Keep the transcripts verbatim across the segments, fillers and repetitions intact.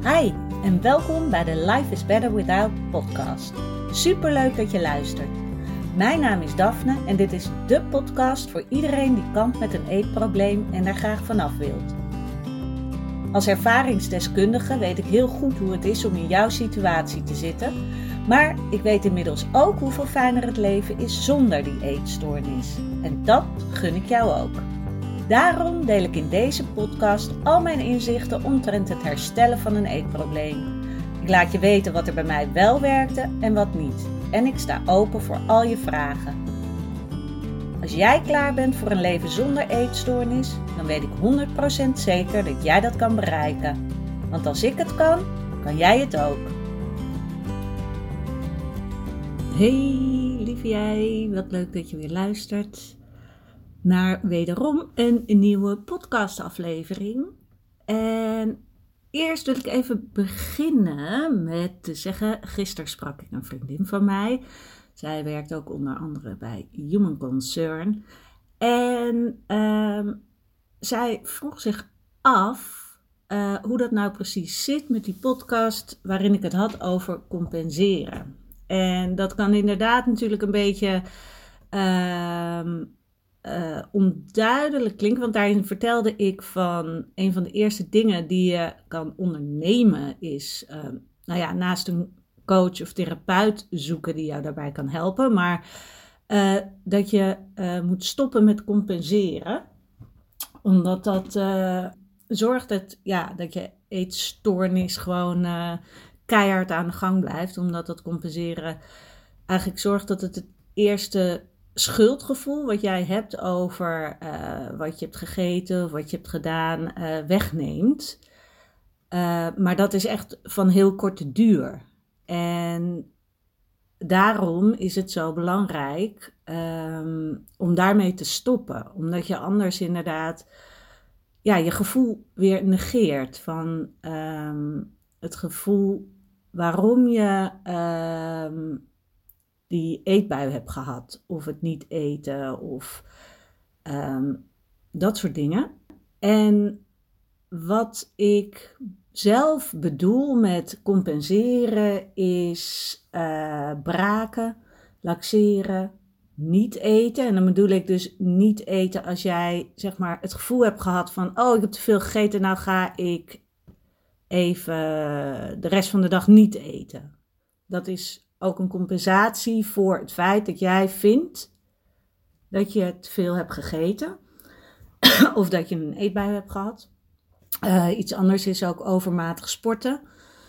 Hi en welkom bij de Life is Better Without podcast. Superleuk dat je luistert. Mijn naam is Daphne en dit is dé podcast voor iedereen die kampt met een eetprobleem en daar graag vanaf wilt. Als ervaringsdeskundige weet ik heel goed hoe het is om in jouw situatie te zitten, maar ik weet inmiddels ook hoeveel fijner het leven is zonder die eetstoornis. En dat gun ik jou ook. Daarom deel ik in deze podcast al mijn inzichten omtrent het herstellen van een eetprobleem. Ik laat je weten wat er bij mij wel werkte en wat niet. En ik sta open voor al je vragen. Als jij klaar bent voor een leven zonder eetstoornis, dan weet ik honderd procent zeker dat jij dat kan bereiken. Want als ik het kan, kan jij het ook. Hey lieve jij, wat leuk dat je weer luistert naar wederom een nieuwe podcastaflevering. En eerst wil ik even beginnen met te zeggen, gisteren sprak ik een vriendin van mij. Zij werkt ook onder andere bij Human Concern. En uh, zij vroeg zich af uh, hoe dat nou precies zit met die podcast waarin ik het had over compenseren. En dat kan inderdaad natuurlijk een beetje Uh, Uh, onduidelijk klinken, want daarin vertelde ik van een van de eerste dingen die je kan ondernemen is, uh, nou ja, naast een coach of therapeut zoeken die jou daarbij kan helpen, maar uh, dat je uh, moet stoppen met compenseren, omdat dat uh, zorgt dat, ja, dat je eetstoornis gewoon uh, keihard aan de gang blijft, omdat dat compenseren eigenlijk zorgt dat het het eerste schuldgevoel wat jij hebt over uh, wat je hebt gegeten of wat je hebt gedaan uh, wegneemt. Uh, maar dat is echt van heel korte duur. En daarom is het zo belangrijk um, om daarmee te stoppen. Omdat je anders inderdaad ja, je gevoel weer negeert. Van um, het gevoel waarom je Um, die eetbui heb gehad, of het niet eten, of um, dat soort dingen. En wat ik zelf bedoel met compenseren is uh, braken, laxeren, niet eten. En dan bedoel ik dus niet eten als jij zeg maar het gevoel hebt gehad van, oh, ik heb te veel gegeten, nou ga ik even de rest van de dag niet eten. Dat is ook een compensatie voor het feit dat jij vindt dat je te veel hebt gegeten. Of dat je een eetbui hebt gehad. Uh, iets anders is ook overmatig sporten.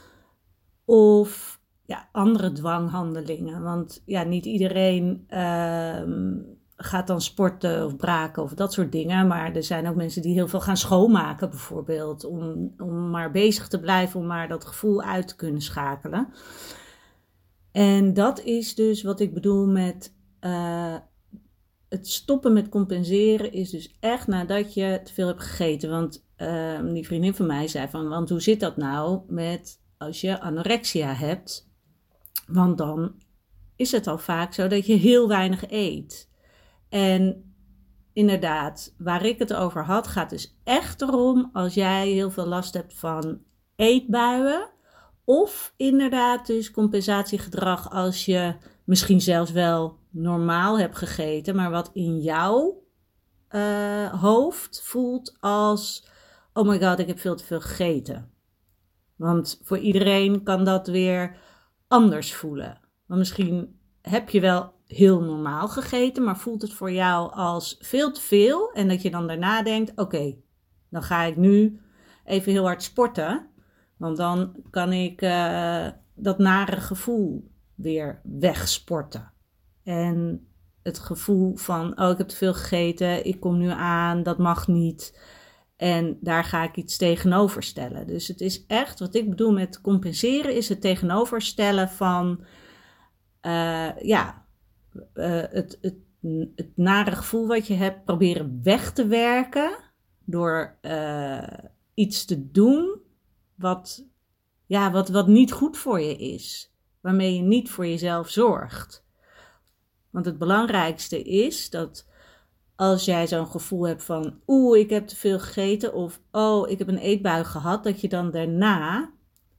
Of ja, andere dwanghandelingen. Want ja, niet iedereen uh, gaat dan sporten of braken of dat soort dingen. Maar er zijn ook mensen die heel veel gaan schoonmaken bijvoorbeeld. Om, om maar bezig te blijven, om maar dat gevoel uit te kunnen schakelen. En dat is dus wat ik bedoel met uh, het stoppen met compenseren is dus echt nadat je te veel hebt gegeten. Want uh, die vriendin van mij zei van, want hoe zit dat nou met als je anorexia hebt? Want dan is het al vaak zo dat je heel weinig eet. En inderdaad, waar ik het over had, gaat dus echt erom als jij heel veel last hebt van eetbuien. Of inderdaad dus compensatiegedrag als je misschien zelfs wel normaal hebt gegeten, maar wat in jouw uh, hoofd voelt als, oh my god, ik heb veel te veel gegeten. Want voor iedereen kan dat weer anders voelen. Want misschien heb je wel heel normaal gegeten, maar voelt het voor jou als veel te veel. En dat je dan daarna denkt, oké, okay, dan ga ik nu even heel hard sporten. Want dan kan ik uh, dat nare gevoel weer wegsporten. En het gevoel van, oh, ik heb te veel gegeten, ik kom nu aan, dat mag niet. En daar ga ik iets tegenover stellen. Dus het is echt, wat ik bedoel met compenseren, is het tegenoverstellen van, uh, ja, uh, het, het, het nare gevoel wat je hebt, proberen weg te werken door uh, iets te doen Wat, ja, wat, wat niet goed voor je is. Waarmee je niet voor jezelf zorgt. Want het belangrijkste is dat als jij zo'n gevoel hebt van, oeh, ik heb te veel gegeten. Of, oh, ik heb een eetbui gehad. Dat je dan daarna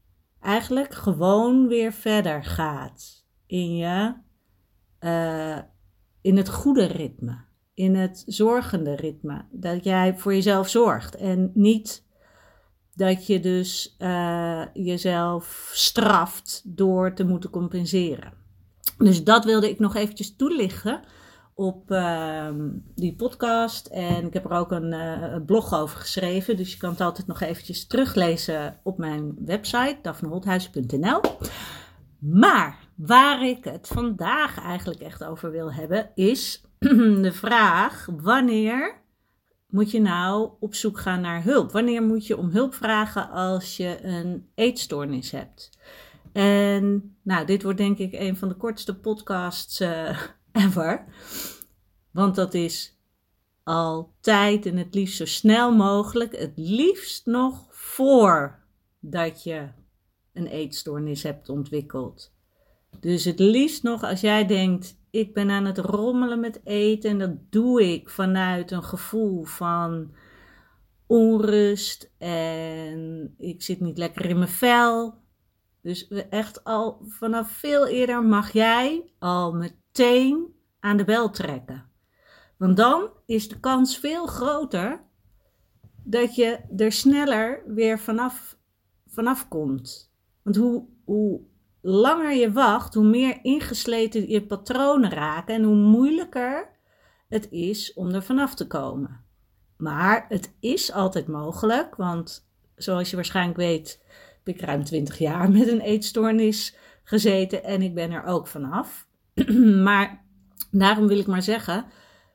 eigenlijk gewoon weer verder gaat in je, uh, in het goede ritme, in het zorgende ritme. Dat jij voor jezelf zorgt en niet dat je dus uh, jezelf straft door te moeten compenseren. Dus dat wilde ik nog eventjes toelichten op uh, die podcast. En ik heb er ook een uh, blog over geschreven. Dus je kan het altijd nog eventjes teruglezen op mijn website, daphne holthuizen punt n l. Maar waar ik het vandaag eigenlijk echt over wil hebben, is de vraag: wanneer moet je nou op zoek gaan naar hulp? Wanneer moet je om hulp vragen als je een eetstoornis hebt? En nou, dit wordt denk ik een van de kortste podcasts uh, ever. Want dat is altijd en het liefst zo snel mogelijk. Het liefst nog voordat je een eetstoornis hebt ontwikkeld. Dus het liefst nog als jij denkt, ik ben aan het rommelen met eten. En dat doe ik vanuit een gevoel van onrust. En ik zit niet lekker in mijn vel. Dus echt al vanaf veel eerder mag jij al meteen aan de bel trekken. Want dan is de kans veel groter dat je er sneller weer vanaf, vanaf komt. Want hoe, hoe langer je wacht, hoe meer ingesleten je patronen raken en hoe moeilijker het is om er vanaf te komen. Maar het is altijd mogelijk, want zoals je waarschijnlijk weet, heb ik ruim twintig jaar met een eetstoornis gezeten en ik ben er ook vanaf. Maar daarom wil ik maar zeggen,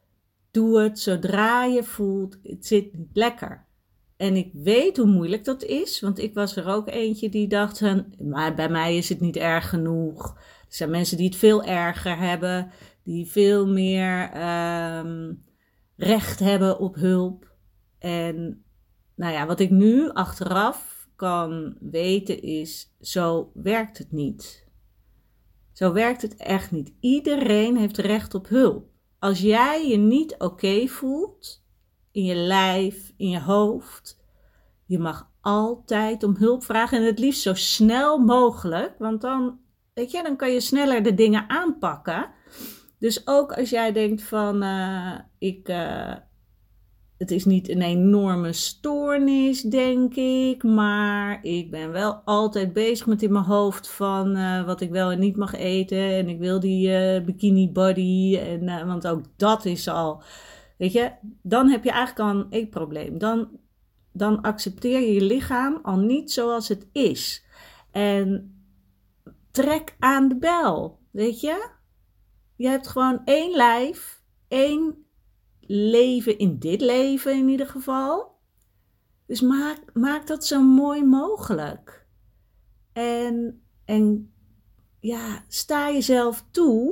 doe het zodra je voelt, het zit niet lekker. En ik weet hoe moeilijk dat is, want ik was er ook eentje die dacht, maar bij mij is het niet erg genoeg. Er zijn mensen die het veel erger hebben, die veel meer um, recht hebben op hulp. En nou ja, wat ik nu achteraf kan weten is, zo werkt het niet. Zo werkt het echt niet. Iedereen heeft recht op hulp. Als jij je niet oké voelt, in je lijf, in je hoofd, je mag altijd om hulp vragen en het liefst zo snel mogelijk, want dan, weet je, dan kan je sneller de dingen aanpakken. Dus ook als jij denkt van, uh, ik, uh, het is niet een enorme stoornis, denk ik, maar ik ben wel altijd bezig met in mijn hoofd van uh, wat ik wel en niet mag eten en ik wil die uh, bikini body, en, uh, want ook dat is al, weet je, dan heb je eigenlijk al een eetprobleem. Dan, dan accepteer je je lichaam al niet zoals het is. En trek aan de bel, weet je. Je hebt gewoon één lijf, één leven in dit leven in ieder geval. Dus maak, maak dat zo mooi mogelijk. En, en ja, sta jezelf toe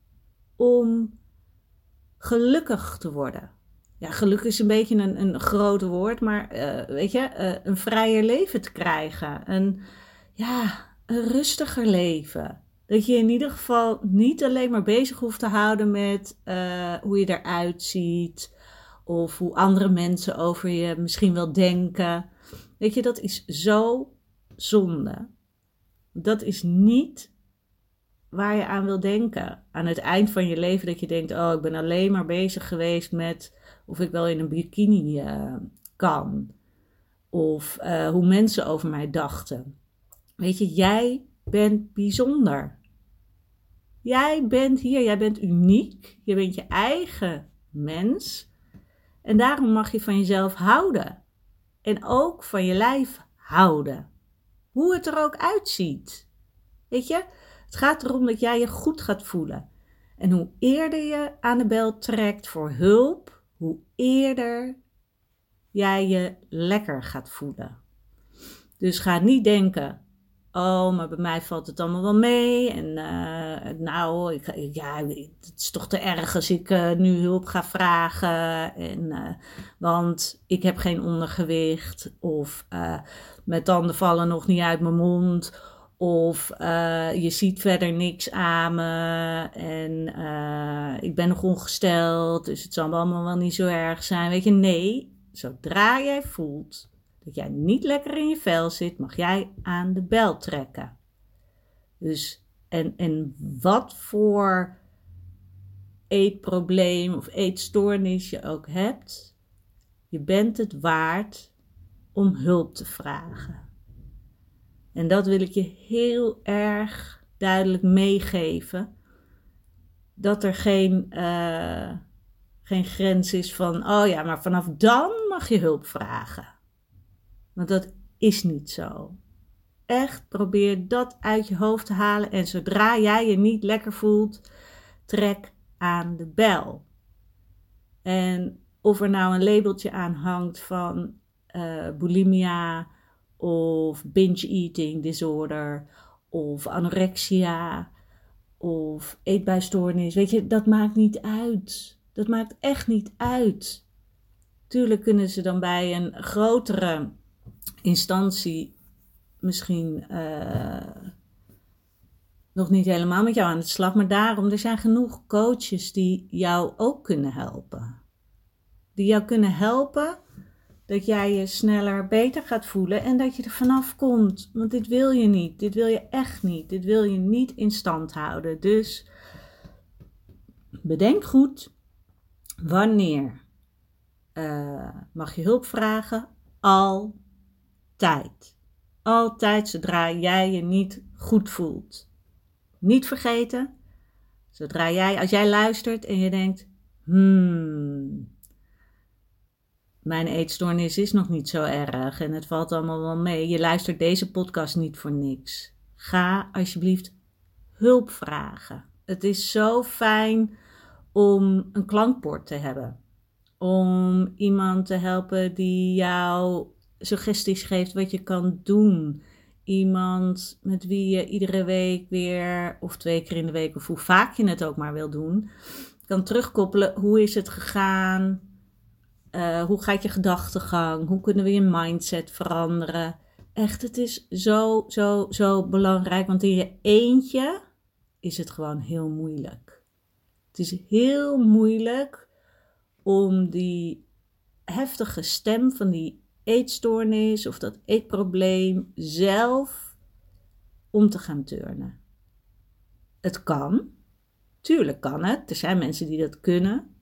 om gelukkig te worden. Ja, gelukkig is een beetje een, een groot woord, maar uh, weet je, uh, een vrijer leven te krijgen. Een, ja, een rustiger leven. Dat je in ieder geval niet alleen maar bezig hoeft te houden met uh, hoe je eruit ziet. Of hoe andere mensen over je misschien wel denken. Weet je, dat is zo zonde. Dat is niet waar je aan wil denken. Aan het eind van je leven dat je denkt, oh, ik ben alleen maar bezig geweest met of ik wel in een bikini uh, kan. Of uh, hoe mensen over mij dachten. Weet je, jij bent bijzonder. Jij bent hier, jij bent uniek. Je bent je eigen mens. En daarom mag je van jezelf houden. En ook van je lijf houden. Hoe het er ook uitziet. Weet je, het gaat erom dat jij je goed gaat voelen. En hoe eerder je aan de bel trekt voor hulp, hoe eerder jij je lekker gaat voelen. Dus ga niet denken, oh, maar bij mij valt het allemaal wel mee. En uh, nou, ik, ja, het is toch te erg als ik uh, nu hulp ga vragen. En, uh, want ik heb geen ondergewicht. Of uh, mijn tanden vallen nog niet uit mijn mond. Of uh, je ziet verder niks aan me. En uh, ik ben nog ongesteld. Dus het zal allemaal wel niet zo erg zijn. Weet je, nee. Zodra jij voelt dat jij niet lekker in je vel zit, mag jij aan de bel trekken. Dus, en, en wat voor eetprobleem of eetstoornis je ook hebt, je bent het waard om hulp te vragen. En dat wil ik je heel erg duidelijk meegeven. Dat er geen, uh, geen grens is van, oh ja, maar vanaf dan mag je hulp vragen. Want dat is niet zo. Echt, probeer dat uit je hoofd te halen. En zodra jij je niet lekker voelt, trek aan de bel. En of er nou een labeltje aan hangt van uh, bulimia of binge eating disorder of anorexia of eetbuisstoornis, weet je, dat maakt niet uit. Dat maakt echt niet uit. Tuurlijk kunnen ze dan bij een grotere instantie misschien uh, nog niet helemaal met jou aan de slag, maar daarom, er zijn genoeg coaches die jou ook kunnen helpen. Die jou kunnen helpen dat jij je sneller beter gaat voelen en dat je er vanaf komt. Want dit wil je niet, dit wil je echt niet, dit wil je niet in stand houden. Dus bedenk goed, wanneer uh, mag je hulp vragen? Altijd. Altijd zodra jij je niet goed voelt. Niet vergeten, zodra jij, als jij luistert en je denkt, hmm, mijn eetstoornis is nog niet zo erg en het valt allemaal wel mee. Je luistert deze podcast niet voor niks. Ga alsjeblieft hulp vragen. Het is zo fijn om een klankbord te hebben. Om iemand te helpen die jou suggesties geeft wat je kan doen. Iemand met wie je iedere week weer, of twee keer in de week, of hoe vaak je het ook maar wil doen, kan terugkoppelen. Hoe is het gegaan? Uh, hoe gaat je gedachtegang? Hoe kunnen we je mindset veranderen? Echt, het is zo, zo, zo belangrijk. Want in je eentje is het gewoon heel moeilijk. Het is heel moeilijk om die heftige stem van die eetstoornis of dat eetprobleem zelf om te gaan turnen. Het kan. Tuurlijk kan het. Er zijn mensen die dat kunnen.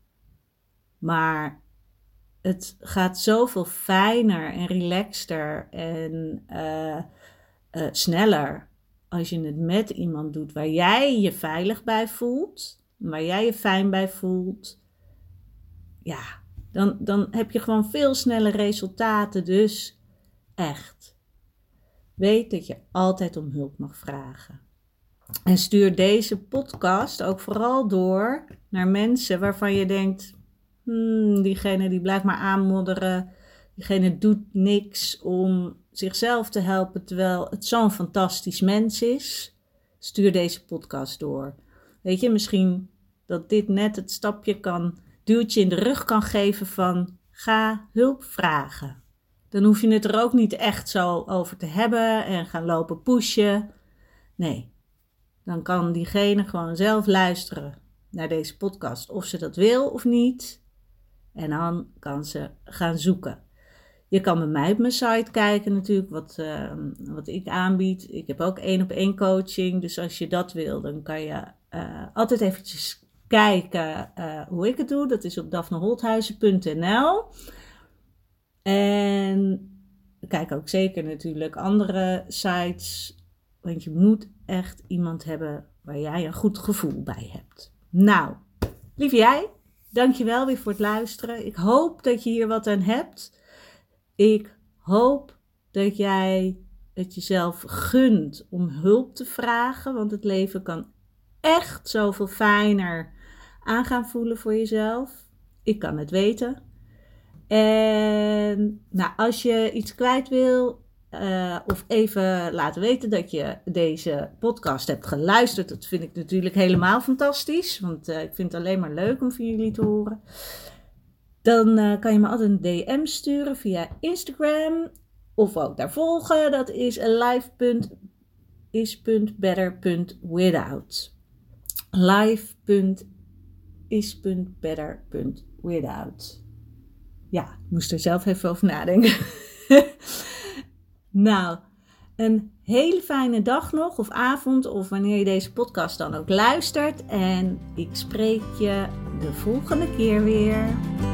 Maar het gaat zoveel fijner en relaxter en uh, uh, sneller als je het met iemand doet waar jij je veilig bij voelt, waar jij je fijn bij voelt. Ja, dan, dan heb je gewoon veel sneller resultaten. Dus echt, weet dat je altijd om hulp mag vragen. En stuur deze podcast ook vooral door naar mensen waarvan je denkt, Hmm, diegene die blijft maar aanmodderen, diegene doet niks om zichzelf te helpen, terwijl het zo'n fantastisch mens is. Stuur deze podcast door. Weet je, misschien dat dit net het stapje kan, duwtje in de rug kan geven van, ga hulp vragen. Dan hoef je het er ook niet echt zo over te hebben en gaan lopen pushen. Nee, dan kan diegene gewoon zelf luisteren naar deze podcast, of ze dat wil of niet. En dan kan ze gaan zoeken. Je kan bij mij op mijn site kijken natuurlijk wat, uh, wat ik aanbied. Ik heb ook één op één coaching. Dus als je dat wil, dan kan je uh, altijd eventjes kijken uh, hoe ik het doe. Dat is op daphne holthuizen punt n l. En kijk ook zeker natuurlijk andere sites. Want je moet echt iemand hebben waar jij een goed gevoel bij hebt. Nou, lieve jij. Dankjewel weer voor het luisteren. Ik hoop dat je hier wat aan hebt. Ik hoop dat jij het jezelf gunt om hulp te vragen. Want het leven kan echt zoveel fijner aan gaan voelen voor jezelf. Ik kan het weten. En nou, als je iets kwijt wil, Uh, of even laten weten dat je deze podcast hebt geluisterd. Dat vind ik natuurlijk helemaal fantastisch. Want uh, ik vind het alleen maar leuk om van jullie te horen. Dan uh, kan je me altijd een D M sturen via Instagram. Of ook daar volgen. Dat is live punt is punt better punt without. live punt is punt better punt without. Ja, ik moest er zelf even over nadenken. Nou, een hele fijne dag nog of avond of wanneer je deze podcast dan ook luistert. En ik spreek je de volgende keer weer.